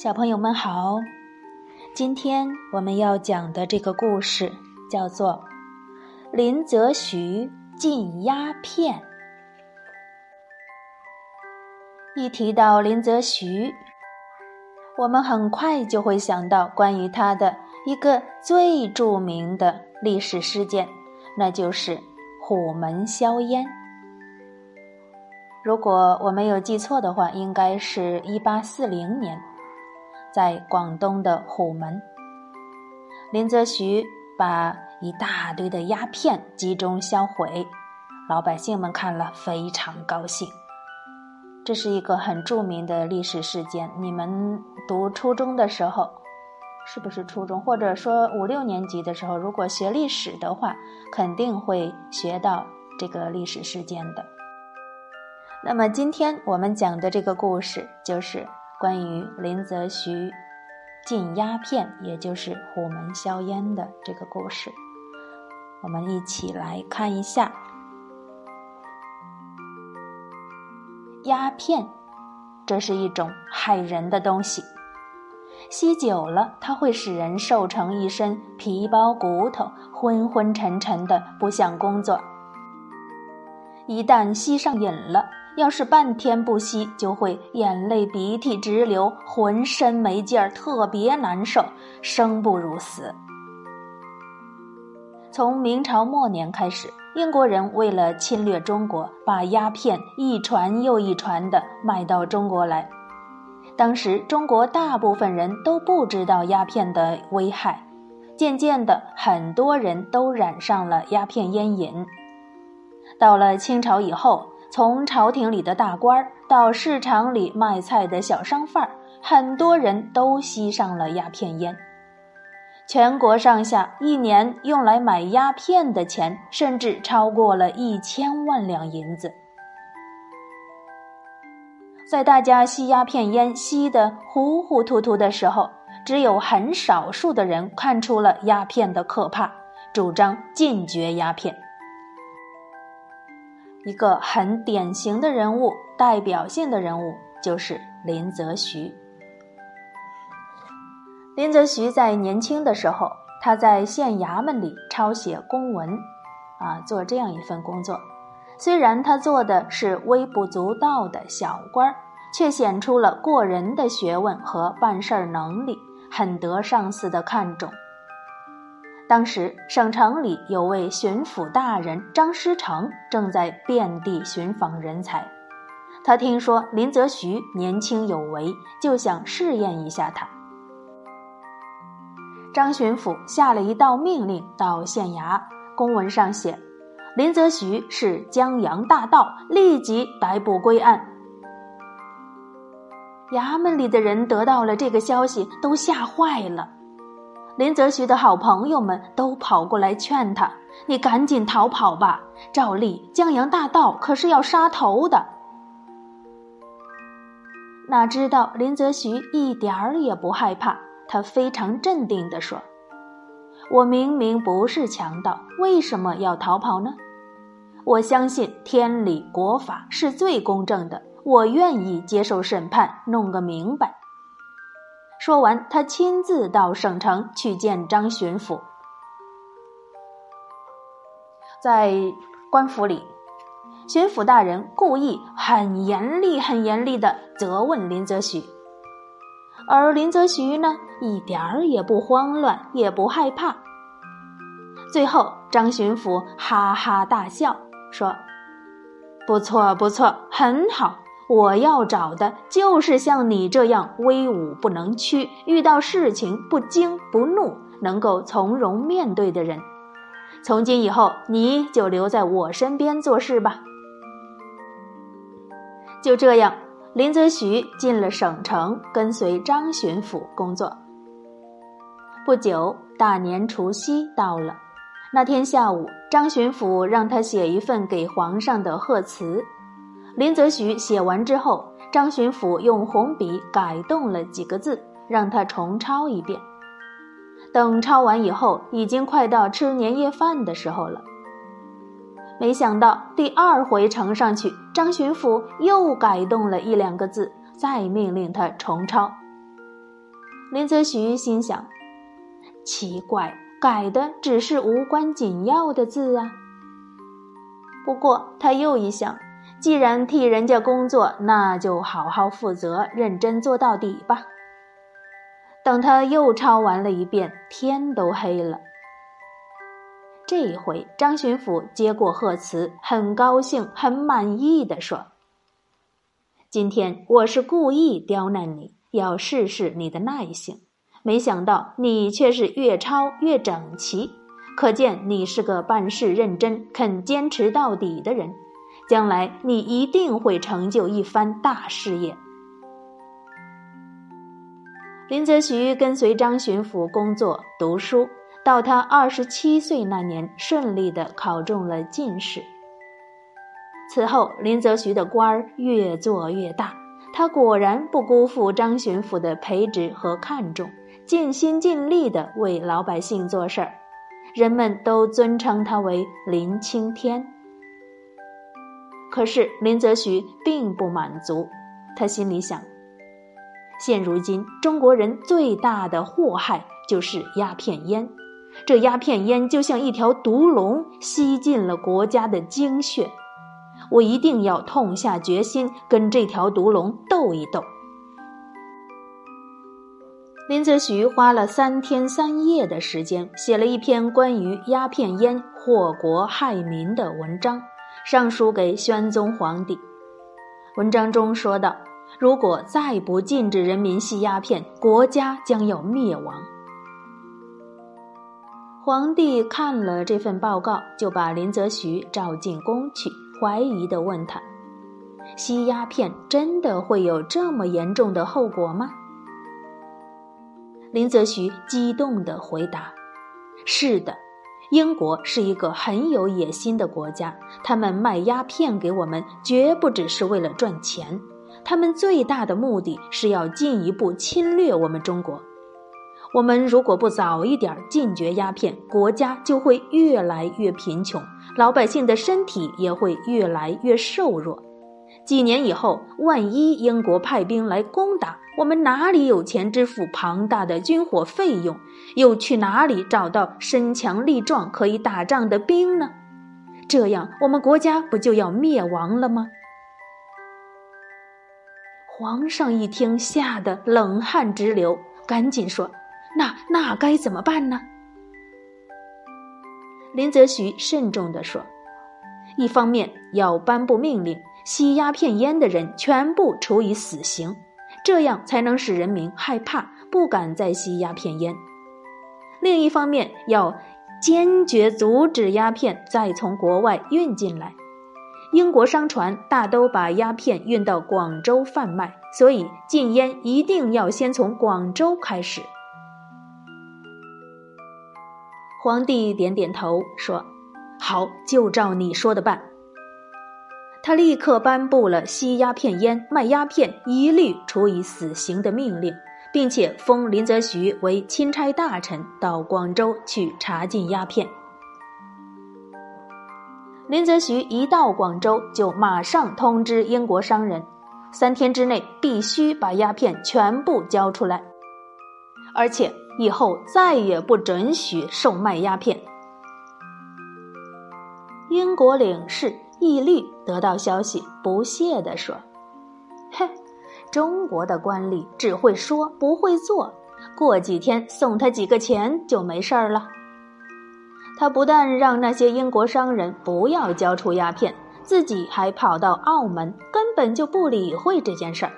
小朋友们好，今天我们要讲的这个故事叫做林则徐禁鸦片。一提到林则徐，我们很快就会想到关于他的一个最著名的历史事件，那就是虎门销烟。如果我没有记错的话，应该是1840年，在广东的虎门，林则徐把一大堆的鸦片集中销毁，老百姓们看了非常高兴。这是一个很著名的历史事件，你们读初中的时候，是不是初中或者说5、6年级的时候，如果学历史的话，肯定会学到这个历史事件的。那么今天我们讲的这个故事就是关于林则徐禁鸦片，也就是虎门销烟的这个故事。我们一起来看一下。鸦片，这是一种害人的东西，吸久了它会使人瘦成一身皮包骨头，昏昏沉沉的，不想工作。一旦吸上瘾了，要是半天不吸，就会眼泪鼻涕直流，浑身没劲儿，特别难受，生不如死。从明朝末年开始，英国人为了侵略中国，把鸦片一传又一传地卖到中国来。当时中国大部分人都不知道鸦片的危害，渐渐的很多人都染上了鸦片烟瘾。到了清朝以后，从朝廷里的大官到市场里卖菜的小商贩，很多人都吸上了鸦片烟。全国上下一年用来买鸦片的钱，甚至超过了1000万两银子。在大家吸鸦片烟吸得糊糊涂涂的时候，只有很少数的人看出了鸦片的可怕，主张禁绝鸦片。一个很典型的人物，代表性的人物就是林则徐。林则徐在年轻的时候，他在县衙门里抄写公文，做这样一份工作。虽然他做的是微不足道的小官，却显出了过人的学问和办事能力，很得上司的看重。当时省城里有位巡抚大人张师诚正在遍地寻访人才，他听说林则徐年轻有为，就想试验一下他。张巡抚下了一道命令到县衙，公文上写林则徐是江洋大盗，立即逮捕归案。衙门里的人得到了这个消息都吓坏了，林则徐的好朋友们都跑过来劝他，你赶紧逃跑吧，照例江洋大盗可是要杀头的。哪知道林则徐一点儿也不害怕，他非常镇定地说，我明明不是强盗，为什么要逃跑呢？我相信天理国法是最公正的，我愿意接受审判，弄个明白。说完，他亲自到省城去见张巡抚。在官府里，巡抚大人故意很严厉地责问林则徐，而林则徐呢，一点儿也不慌乱，也不害怕。最后张巡抚哈哈大笑说，不错不错，很好，我要找的就是像你这样威武不能屈，遇到事情不惊不怒，能够从容面对的人。从今以后你就留在我身边做事吧。就这样，林则徐进了省城，跟随张巡抚工作。不久，大年除夕到了。那天下午，张巡抚让他写一份给皇上的贺词。林则徐写完之后，张巡抚用红笔改动了几个字，让他重抄一遍。等抄完以后，已经快到吃年夜饭的时候了。没想到第2回呈上去，张巡抚又改动了1、2个字，再命令他重抄。 林则徐心想，奇怪，改的只是无关紧要的字啊。不过他又一想，既然替人家工作，那就好好负责，认真做到底吧。等他又抄完了一遍，天都黑了。这一回张巡抚接过贺词，很高兴很满意地说，今天我是故意刁难你，要试试你的耐性，没想到你却是越抄越整齐，可见你是个办事认真肯坚持到底的人，将来你一定会成就一番大事业。林则徐跟随张巡抚工作读书，到他27岁那年顺利地考中了进士。此后林则徐的官儿越做越大，他果然不辜负张巡抚的培植和看重，尽心尽力地为老百姓做事儿，人们都尊称他为林青天。可是林则徐并不满足，他心里想，现如今中国人最大的祸害就是鸦片烟，这鸦片烟就像一条毒龙，吸尽了国家的精血，我一定要痛下决心跟这条毒龙斗一斗。林则徐花了3天3夜的时间，写了一篇关于鸦片烟祸国害民的文章，上书给宣宗皇帝。文章中说道，如果再不禁止人民吸鸦片，国家将要灭亡。皇帝看了这份报告，就把林则徐召进宫去，怀疑地问他，吸鸦片真的会有这么严重的后果吗？林则徐激动地回答，是的，英国是一个很有野心的国家，他们卖鸦片给我们绝不只是为了赚钱，他们最大的目的是要进一步侵略我们中国。我们如果不早一点禁绝鸦片，国家就会越来越贫穷，老百姓的身体也会越来越瘦弱。几年以后，万一英国派兵来攻打，我们哪里有钱支付庞大的军火费用，又去哪里找到身强力壮可以打仗的兵呢？这样我们国家不就要灭亡了吗？皇上一听，吓得冷汗直流，赶紧说，那该怎么办呢？林则徐慎重地说，一方面要颁布命令，吸鸦片烟的人全部处以死刑，这样才能使人民害怕，不敢再吸鸦片烟。另一方面要坚决阻止鸦片再从国外运进来。英国商船大都把鸦片运到广州贩卖，所以禁烟一定要先从广州开始。皇帝点点头说，好，就照你说的办。他立刻颁布了吸鸦片烟、卖鸦片一律处以死刑的命令，并且封林则徐为钦差大臣，到广州去查禁鸦片。林则徐一到广州，就马上通知英国商人，3天之内必须把鸦片全部交出来，而且以后再也不准许售卖鸦片。英国领事义律得到消息，不屑地说，哼，中国的官吏只会说不会做，过几天送他几个钱就没事了。他不但让那些英国商人不要交出鸦片，自己还跑到澳门，根本就不理会这件事儿。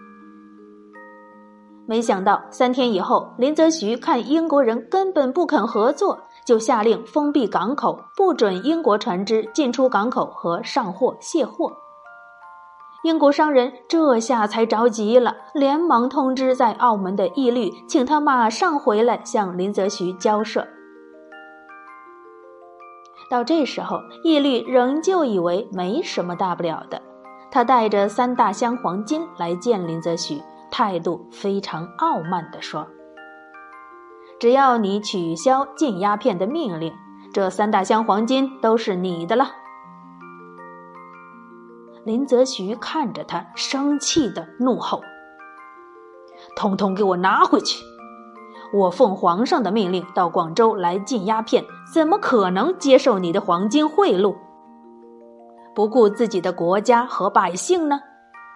没想到3天以后，林则徐看英国人根本不肯合作，就下令封闭港口，不准英国船只进出港口和上货卸货。英国商人这下才着急了，连忙通知在澳门的义律，请他马上回来向林则徐交涉。到这时候，义律仍旧以为没什么大不了的，他带着3大箱黄金来见林则徐，态度非常傲慢地说，只要你取消禁鸦片的命令，这3大箱黄金都是你的了。林则徐看着他，生气地怒吼，统统给我拿回去， 我奉皇上的命令到广州来进鸦片，怎么可能接受你的黄金贿赂？不顾自己的国家和百姓呢？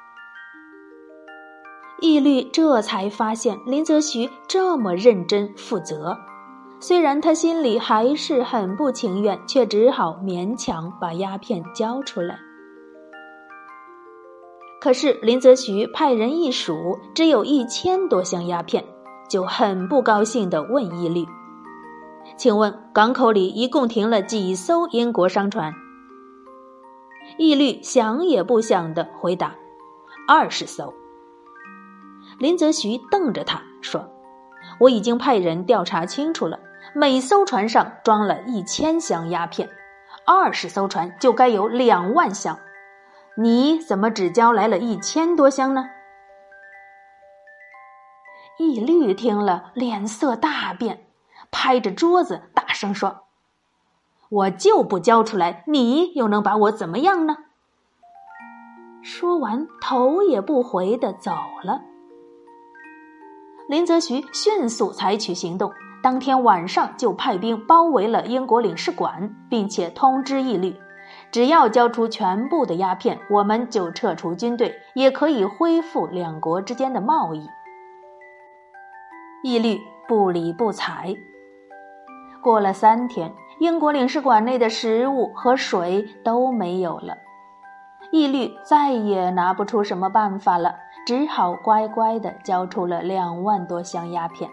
义律这才发现林则徐这么认真负责，虽然他心里还是很不情愿，却只好勉强把鸦片交出来。可是林则徐派人一数，只有1000多箱鸦片，就很不高兴地问义律：请问港口里一共停了几艘英国商船？义律想也不想地回答：20艘。林则徐瞪着他说：我已经派人调查清楚了，每艘船上装了1000箱鸦片，20艘船就该有2万箱，你怎么只交来了1000多箱呢？义律听了脸色大变，拍着桌子大声说：我就不交出来，你又能把我怎么样呢？说完头也不回地走了。林则徐迅速采取行动，当天晚上就派兵包围了英国领事馆，并且通知义律，只要交出全部的鸦片，我们就撤除军队，也可以恢复两国之间的贸易。义律不理不睬。过了3天，英国领事馆内的食物和水都没有了，义律再也拿不出什么办法了，只好乖乖地交出了2万多箱鸦片。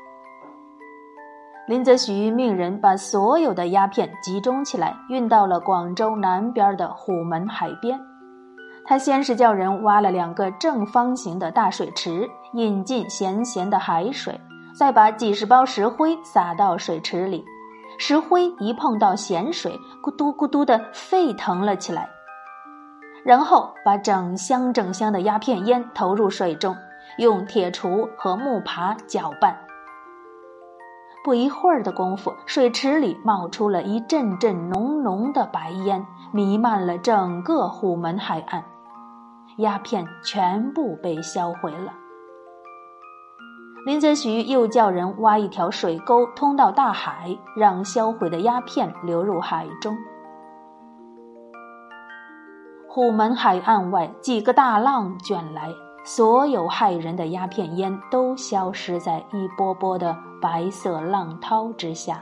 林则徐命人把所有的鸦片集中起来，运到了广州南边的虎门海边。他先是叫人挖了2个正方形的大水池，引进咸咸的海水，再把几十包石灰撒到水池里。石灰一碰到咸水，咕嘟咕嘟地沸腾了起来。然后把整箱整箱的鸦片烟投入水中，用铁锄和木耙搅拌。不一会儿的功夫，水池里冒出了一阵阵浓浓的白烟，弥漫了整个虎门海岸，鸦片全部被销毁了。林则徐又叫人挖一条水沟通到大海，让销毁的鸦片流入海中。虎门海岸外几个大浪卷来，所有害人的鸦片烟都消失在一波波的白色浪涛之下。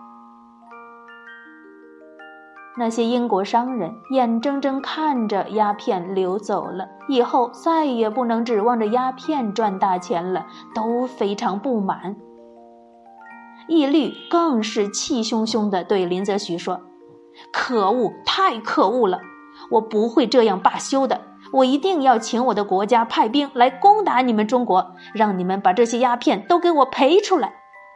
那些英国商人眼睁睁看着鸦片流走了，以后再也不能指望着鸦片赚大钱了，都非常不满。义律更是气汹汹地对林则徐说：可恶，太可恶了，我不会这样罢休的，我一定要请我的国家派兵来攻打你们中国，让你们把这些鸦片都给我赔出来。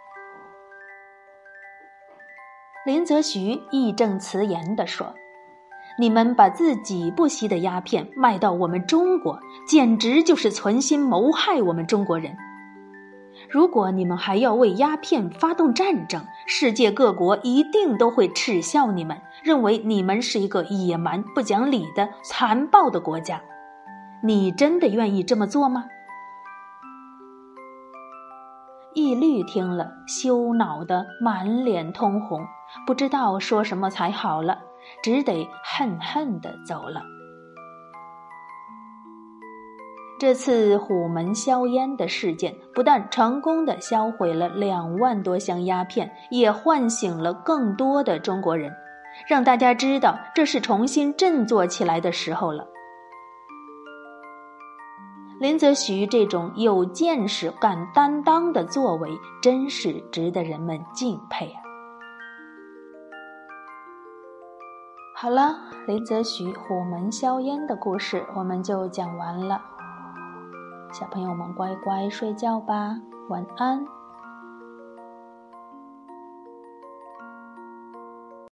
林则徐义正辞严地说：你们把自己不惜的鸦片卖到我们中国，简直就是存心谋害我们中国人。如果你们还要为鸦片发动战争，世界各国一定都会耻笑你们，认为你们是一个野蛮、不讲理的、残暴的国家。你真的愿意这么做吗？义律听了，羞恼得满脸通红，不知道说什么才好了，只得恨恨地走了。这次虎门销烟的事件不但成功地销毁了2万多箱鸦片，也唤醒了更多的中国人，让大家知道这是重新振作起来的时候了。林则徐这种有见识、敢担当的作为，真是值得人们敬佩啊！好了，林则徐虎门销烟的故事我们就讲完了。小朋友们乖乖睡觉吧，晚安。